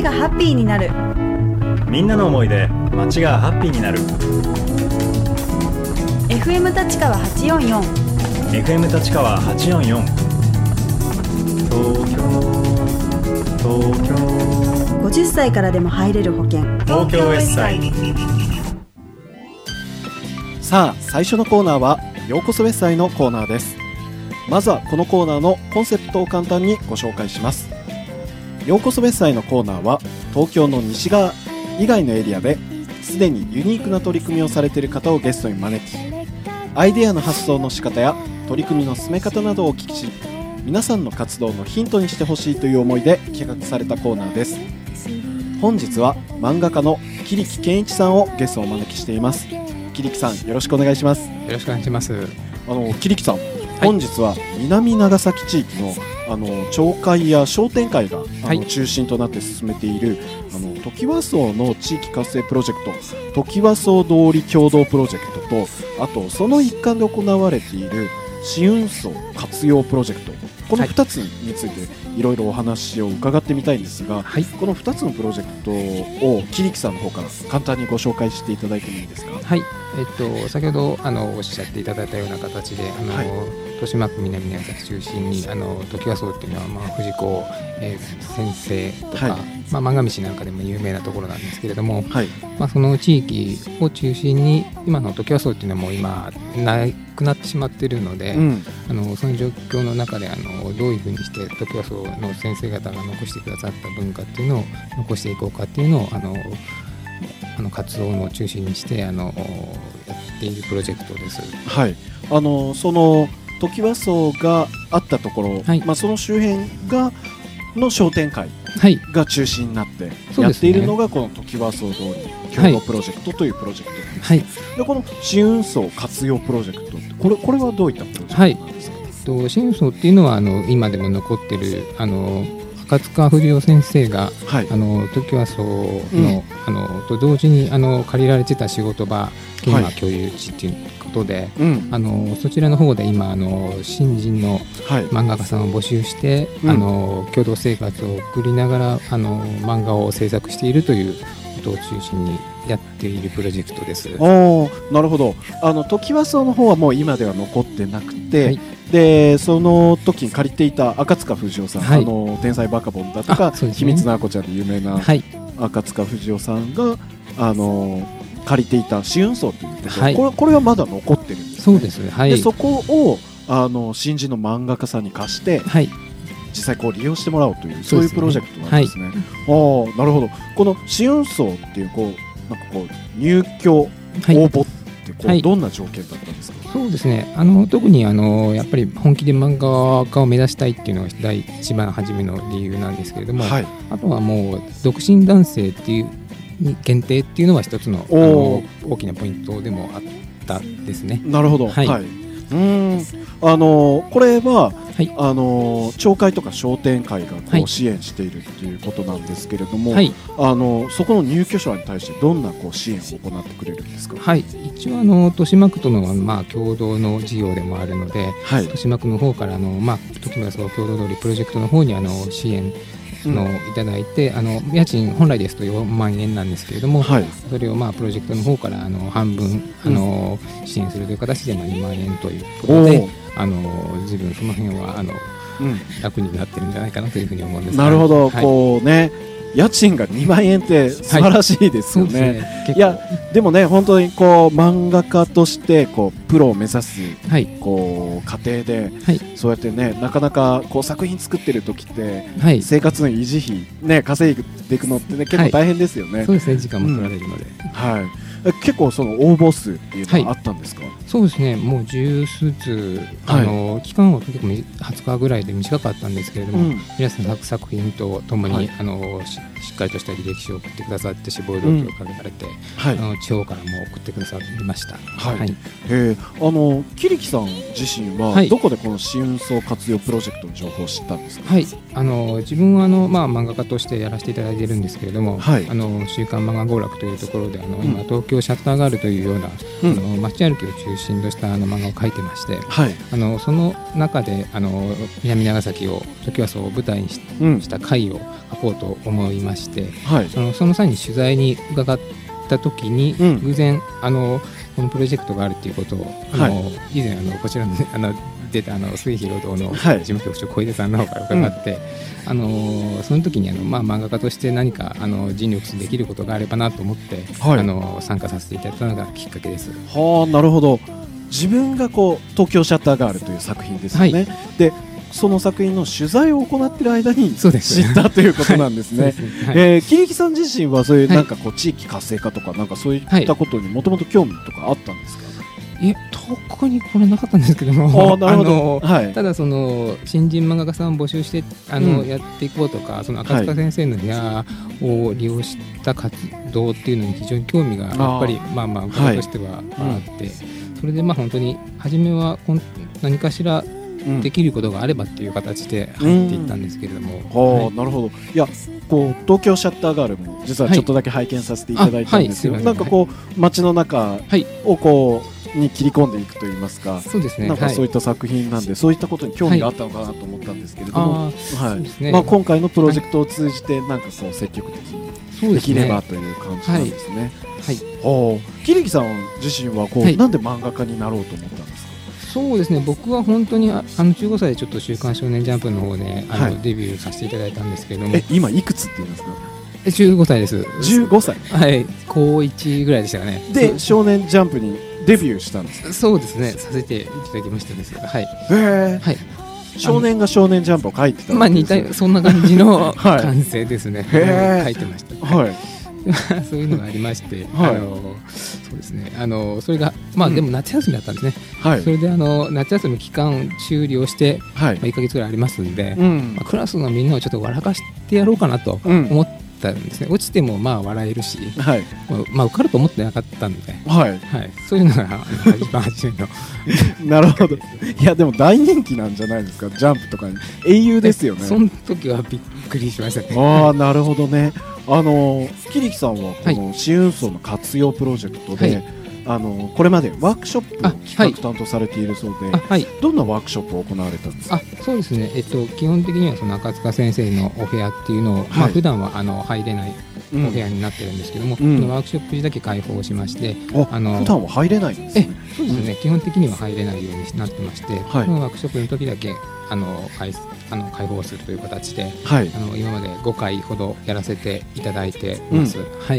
がハッピーになる。 みんなの思いで街がハッピーになる。 FM 立川844 FM 立川844。東京 50歳からでも入れる保険、 東京 S サイ。 さあ、最初のコーナーはようこそウェッサイのコーナーです。まずはこのコーナーのコンセプトを簡単にご紹介します。ようこそウェッサイのコーナーは東京の西側以外のエリアですでにユニークな取り組みをされている方をゲストに招き、アイデアの発想の仕方や取り組みの進め方などをお聞きし、皆さんの活動のヒントにしてほしいという思いで企画されたコーナーです。本日は漫画家の桐木健一さんをゲストをお招きしています。桐木さん、よろしくお願いします。 よろしくお願いします。 桐木さん、本日は南長崎地域の町会や商店会が中心となって進めているトキワ荘の地域活性プロジェクト、トキワ荘通り共同プロジェクトと、あとその一環で行われている紫雲荘活用プロジェクト、この2つについていろいろお話を伺ってみたいんですが、この2つのプロジェクトを桐木さんの方から簡単にご紹介していただいてもいいですか。 はい、先ほどおっしゃっていただいたような形で豊島区南長崎中心にトキワ荘っていうのは、藤子、先生とか、漫画道なんかでも有名なところなんですけれども、その地域を中心に今のトキワ荘っていうのはもう今なくなってしまっているので、その状況の中でどういうふうにしてトキワ荘の先生方が残してくださった文化っていうのを残していこうかっていうのを活動の中心にしてやっているプロジェクトです。 はい、そのトキワ荘があったところ、その周辺の商店会が中心になってやっているのがこのトキワ荘通り共同プロジェクトというプロジェクトです。でこの紫雲荘活用プロジェクト、これはどういったプロジェクトなんですか。 紫雲荘っていうのは今でも残っている赤塚不二夫先生が、トキワ荘の、と同時に借りられてた仕事場兼共有地ということで、そちらの方で今新人の漫画家さんを募集して、共同生活を送りながら漫画を制作しているということを中心にやっているプロジェクトです。 なるほど。トキワ荘の方はもう今では残ってなくて、でその時に借りていた赤塚不二夫さん、天才バカボンだとか、秘密のあこちゃんで有名な赤塚不二夫さんが借りていた紫雲荘ということで、これはまだ残ってるんですね。 そうです。 でそこを新人の漫画家さんに貸して、実際利用してもらおうという、そういうプロジェクトなんですね。なるほど。この紫雲荘っていう入居応募ってどんな条件だったんですか。 そうですね、特にやっぱり本気で漫画家を目指したいっていうのが一番初めの理由なんですけれども、あとはもう独身男性っていう限定っていうのは一つの大きなポイントでもあったですね。 なるほど。これは、町会とか商店会が支援しているということなんですけれども、そこの入居者に対してどんな支援を行ってくれるんですか。 一応豊島区との共同の事業でもあるので、豊島区の方からトキワ荘共同通りプロジェクトの方に支援いただいて、家賃本来ですと4万円なんですけれども、それをプロジェクトの方から半分支援するという形で2万円ということで、自分その辺は楽になってるんじゃないかなというふうに思うんです。 なるほど。家賃が2万円って素晴らしいですよね。いやでもね、本当に漫画家としてプロを目指す過程で、そうやってね、なかなか作品作ってる時って、生活の維持費稼いでいくのってね、結構大変ですよね。 そうですね、時間も取られるので。 結構その応募数っていうのはあったんですか。 そうですね、もう十数通、期間は結構20日ぐらいで短かったんですけれども、皆さん作品とともにしっかりとした履歴書を送ってくださって、志望動機を書かれて、地方からも送ってくださいました。 桐木さん自身はどこでこの紫雲荘活用プロジェクトの情報を知ったんですか。 自分は漫画家としてやらせていただいているんですけれども、週刊漫画娯楽というところで今東京シャッターガールというような、街歩きを中身とした漫画を描いてまして、 はい。 その中で南長崎をトキワ荘を舞台にした回を書こうと思いまして、 はい。 その際に取材に伺った時に、偶然このプロジェクトがあるっていうことを以前こちらの出た末広堂の事務局長小出さんの方から伺って、その時に漫画家として何か尽力できることがあればなと思って、参加させていただいたのがきっかけです。 はあ、なるほど。自分が東京シャッターガールという作品ですよね。でその作品の取材を行っている間に知ったということなんですね。桐木さん自身はそういうなんか地域活性化とかなんかそういったことにもともと興味とかあったんですか？ 特にこれなかったんですけども、ただその新人漫画家さんを募集してやっていこうとか、その赤塚先生の部屋を利用した活動っていうのに非常に興味がやっぱり僕としてはあって、それで本当に初めは何かしらできることがあればっていう形で入っていったんですけれども、 なるほど。いや東京シャッターガールも実はちょっとだけ拝見させていただいたんですけど、なんか街の中をに切り込んでいくといいますか、 そうですね、 なんかそういった作品なんで、そういったことに興味があったのかなと思ったんですけれども、今回のプロジェクトを通じてなんか積極的にできればという感じなんですね。桐木さん自身はなんで漫画家になろうと思ったんですか？ そうですね、僕は本当に15歳でちょっと週刊少年ジャンプの方でデビューさせていただいたんですけれども、 今いくつって言いますか ？15歳です。 15歳？ はい、高1ぐらいでしたかね。 で少年ジャンプにデビューしたんですか？ そうですね、させていただきましたです。はい。 はい。少年が少年ジャンプを書いてたんです似たそんな感じの感性ですね。書いてました。 はい。 そういうのがありまして、そうですね。それがでも夏休みだったんですね。それで夏休み期間終了して1ヶ月ぐらいありますんで、クラスのみんなをちょっと笑かしてやろうかなと思ったんですね。落ちても笑えるし、受かると思ってなかったんで、そういうのが一番初めの。 なるほど。いやでも大人気なんじゃないですか、ジャンプとかに英雄ですよね。 その時はびっくりしましたね。 なるほどね。桐木さんはこの紫雲荘の活用プロジェクトで、これまでワークショップを企画担当されているそうで、どんなワークショップを行われたんですか？ そうですね、基本的にはその赤塚先生のお部屋っていうのを、普段は入れないお部屋になってるんですけども、そのワークショップだけ開放しまして、 普段は入れないんですね。 そうですね、基本的には入れないようになってまして、ワークショップの時だけ開放するという形で、今まで5回ほどやらせていただいています。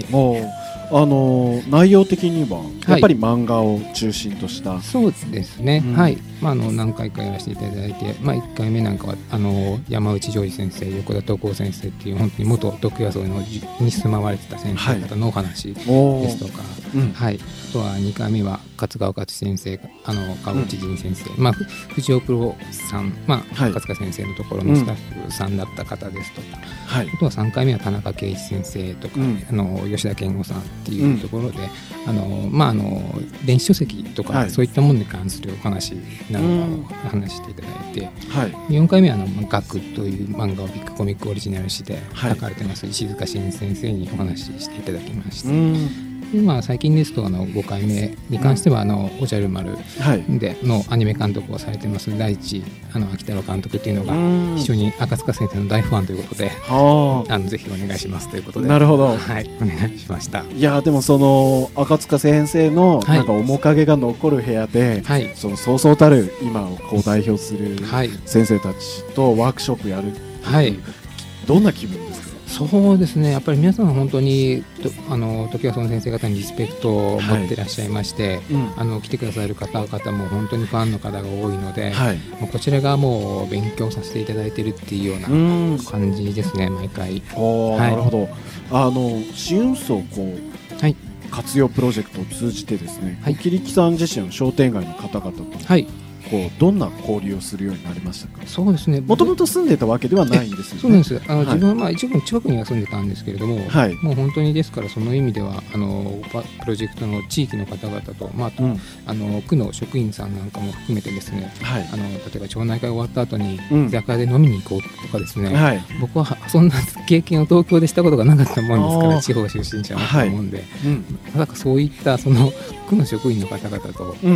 内容的にはやっぱり漫画を中心とした、 そうですね、何回かやらせていただいて、1回目なんかは山内譲二先生、横田東光先生っていう本当に元トキワ荘に住まわれてた先生方のお話ですとか、あとは2回目は勝川勝先生、川内仁先生、藤尾プロさん、勝川先生のところのスタッフさんだった方ですとか、あとは3回目は田中圭一先生とか、吉田健吾さんっていうところで、電子書籍とか、そういったものに関するお話などを話していただいて、4回目は学という漫画をビッグコミックオリジナル誌で書かれてます石塚真先生にお話ししていただきました。最近ですと5回目に関してはおじゃる丸でのアニメ監督をされてます大地秋太郎監督っていうのが非常に赤塚先生の大ファンということで、ぜひお願いしますということで、 なるほど、 お願いしました。 いやでもその赤塚先生のなんか面影が残る部屋で、そのそうそうたる今を代表する先生たちとワークショップやる、どんな気分ですか？ そうですね、やっぱり皆さん本当に時はその先生方にリスペクトを持っていらっしゃいまして、来てくださる方々も本当にファンの方が多いので、もうこちらがもう勉強させていただいているっていうような感じですね、毎回。 なるほど。紫雲荘活用プロジェクトを通じてですね、桐木さん自身の商店街の方々とどんな交流をするようになりましたか？そうですね、もともと住んでたわけではないんですよね。 そうなんです。自分は一応近くには住んでたんですけれども、もう本当にですからその意味ではプロジェクトの地域の方々と、区の職員さんなんかも含めてですね、例えば町内会終わった後に居酒屋で飲みに行こうとかですね、僕はそんな経験を東京でしたことがなかったもんですから、地方出身者だったもんで、そういったその区の職員の方々と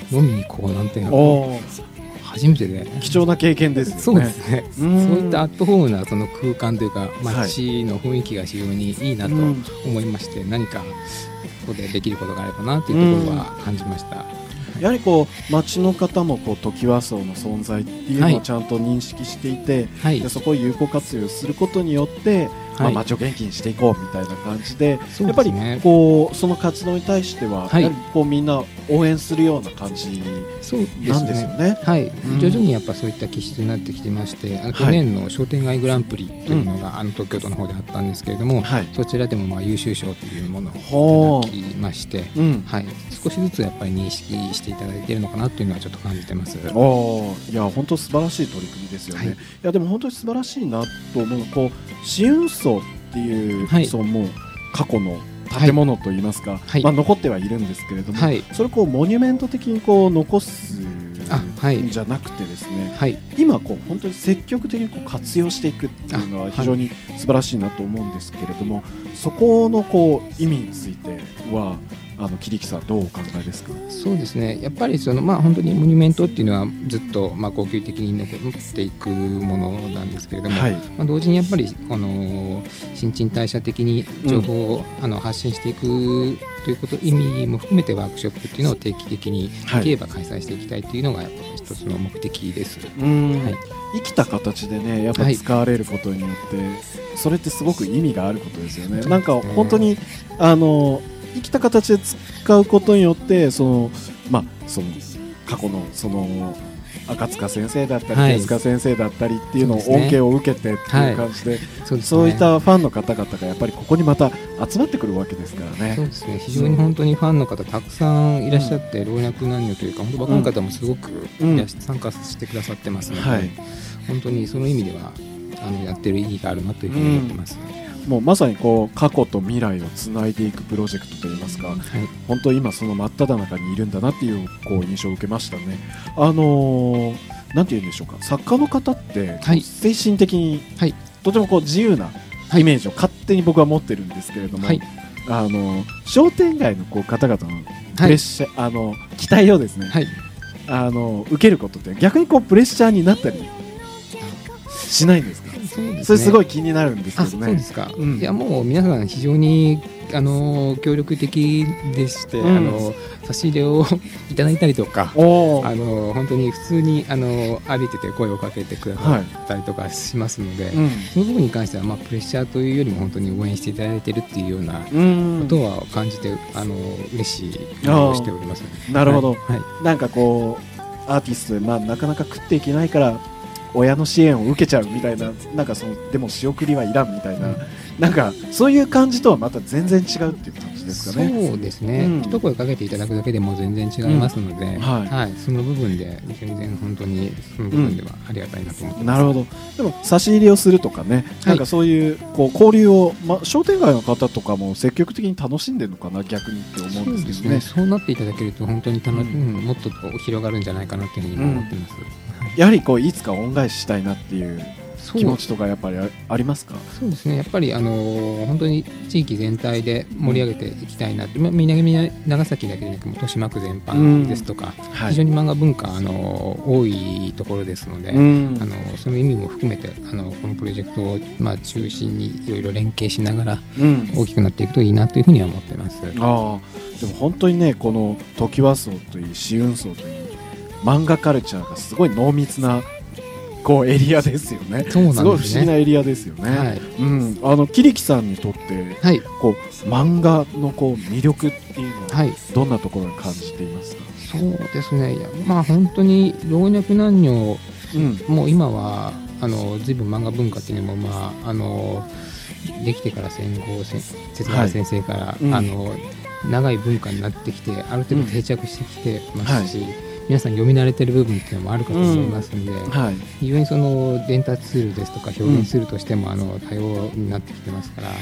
飲みに行こうなんていうのおは初めてで、 貴重な経験ですよね。 そうですね、 うそうんいったアットホームなその空間というか街の雰囲気が非常にいいなと思いまして、何かここでできることがあればなというところは感じました。 やはりこう町の方もこうトキワ荘の存在っていうのをちゃんと認識していて、 はい、 でそこを有効活用することによって、まあ、町を元気にしていこうみたいな感じで、 ね、 やっぱりこうその活動に対しては、 はい、 やはりこうみんな応援するような感じなんですよね。 はい、徐々にやっぱそういった気質になってきてまして、去年の商店街グランプリというのが、東京都の方であったんですけれども、はい、そちらでもまあ優秀賞というものをいただきまして、はい、少しずつやっぱり認識していただいているのかなというのはちょっと感じてます。 いや本当素晴らしい取り組みですよね。はい、いやでも本当に素晴らしいなと思うこう紫雲荘っていう、はい、そうもう過去の建物といいますか、はい、まあ、残ってはいるんですけれども、はい、それをこうモニュメント的にこう残すんじゃなくてですね、はい、今こう本当に積極的にこう活用していくっていうのは非常に素晴らしいなと思うんですけれども、そこのこう意味については桐木さんどうお考えですか？ そうですね、やっぱり本当にモニュメントっていうのはずっと恒久的に残っていくものなんですけれども、はい、同時にやっぱり新陳代謝的に情報を、発信していくということ意味も含めてワークショップっていうのを定期的にできれば開催していきたいというのがやっぱり一つの目的です。はい、 生きた形でねやっぱ使われることによって、はい、それってすごく意味があることですよね。なんか本当に生きた形で使うことによってまあ、過去の赤塚先生だったり、手塚先生だったりっていうのを恩恵を受けてっていう感じで、そういったファンの方々がやっぱりここにまた集まってくるわけですからね。 そうですね、非常に本当にファンの方たくさんいらっしゃって、老若男女というか本当若い方もすごく参加してくださってますので、本当にその意味ではやってる意義があるなというふうに思ってます。 もうまさにこう過去と未来をつないでいくプロジェクトといいますか、本当に今その真っ只中にいるんだなっていうこう印象を受けましたね。なんて言うんでしょうか、作家の方って精神的にとてもこう自由なイメージを勝手に僕は持ってるんですけれども、商店街のこう方々のプレッシャー、期待をですね、受けることって逆にこうプレッシャーになったりしないんですか？それすごい気になるんですけどね。 そうですか。いやもう皆さん非常に協力的でして、差し入れをいただいたりとか、本当に普通に歩いてて声をかけてくださったりとかしますので、その部分に関してはプレッシャーというよりも本当に応援していただいているっていうようなことは感じて嬉しい思いをしております。 なるほど。なんかこうアーティストでなかなか食っていけないから親の支援を受けちゃうみたいな、なんかでも仕送りはいらんみたいな、なんかそういう感じとはまた全然違うっていう感じですかね。 そうですね、一声かけていただくだけでも全然違いますので、その部分で全然本当にその部分ではありがたいなと思ってます。 なるほど。でも差し入れをするとかね、なんかそういうこう交流を、商店街の方とかも積極的に楽しんでるのかな逆にって思うんですけどね。 そうなっていただけると本当にもっと広がるんじゃないかなというふうに思ってます。 やはりこういつか恩返ししたいなっていう気持ちとかやっぱりありますか？ そうですね、やっぱり本当に地域全体で盛り上げていきたいなって、長崎だけでなく豊島区全般ですとか、非常に漫画文化多いところですので、その意味も含めてこのプロジェクトを中心にいろいろ連携しながら大きくなっていくといいなというふうには思ってます。 でも本当にね、このトキワ荘といい紫雲荘といい漫画カルチャーがすごい濃密なこうエリアですよね。すごい不思議なエリアですよね。桐木さんにとって、こう漫画のこう魅力っていうのはどんなところに感じていますか？ そうですね、本当に老若男女、もう今は随分漫画文化っていうのもできてから戦後節川先生から、長い文化になってきてある程度定着してきてますし、皆さん読み慣れてる部分っていうのもあるかと思いますので、非常にその伝達ツールですとか表現ツールとしても多様になってきてますから、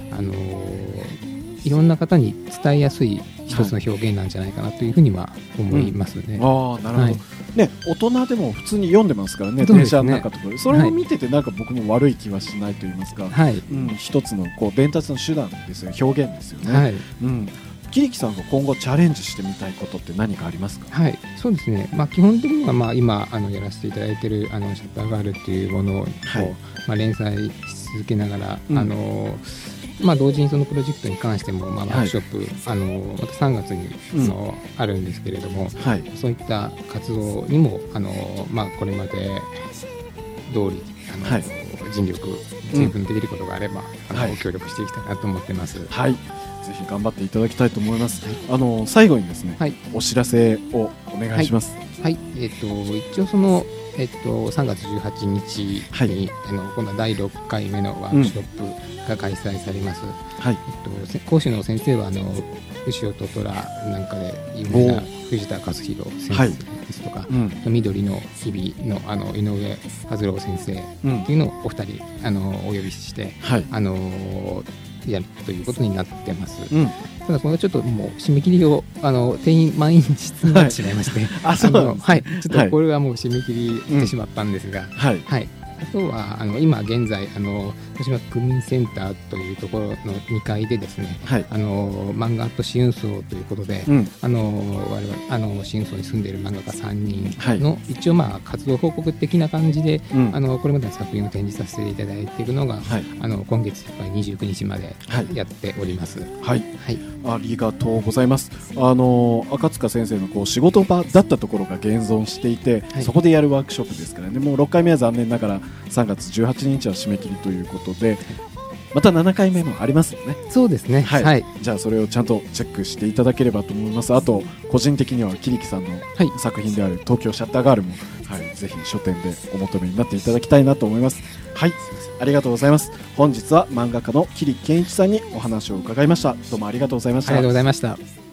いろんな方に伝えやすい一つの表現なんじゃないかなというふうには思いますね。 なるほど、ね、大人でも普通に読んでますからね、電車の中とかそれを見ててなんか僕も悪い気はしないと言いますか、一つのこう伝達の手段ですよ、表現ですよね。 桐木さんが今後チャレンジしてみたいことって何かありますか？ はい、そうですね、基本的には今やらせていただいているシャッターガールっていうものを、はい、連載し続けながら、同時にそのプロジェクトに関しても、ワークショップ、また3月にあるんですけれども、はい、そういった活動にもこれまで通りはい、尽力十分できることがあれば、協力していきたいなと思ってます。はい、ぜひ頑張っていただきたいと思います。はい、最後にですね、はい、お知らせをお願いします。 はい、一応その3月18日に、はい、今度は第6回目のワークショップが開催されます。はい、講師の先生は牛尾と虎なんかで有名な藤田和弘先生ですとか、緑の日々の井上和郎先生っていうのをお二人お呼びして、はい、やるということになってます。ただそれはちょっともう締め切りを定員満員室になってしまいまして、はい、ちょっとこれはもう締め切りしてしまったんですが、はい、あとは今現在豊島区民センターというところの2階でですね、はい、漫画と新運送ということで、我々新運送に住んでいる漫画家3人の、一応活動報告的な感じで、これまでの作品を展示させていただいているのが、今月いっぱい29日までやっております。はい、 ありがとうございます。赤塚先生の仕事場だったところが現存していて、そこでやるワークショップですからね。もう6回目は残念ながら3月18日は締め切りということで、また7回目もありますよね。 そうですね、はい、 じゃあそれをちゃんとチェックしていただければと思います。あと個人的には桐木さんの作品である東京シャッターガールも、ぜひ書店でお求めになっていただきたいなと思います。はい、ありがとうございます。本日は漫画家の桐木健一さんにお話を伺いました。どうもありがとうございました。 ありがとうございました。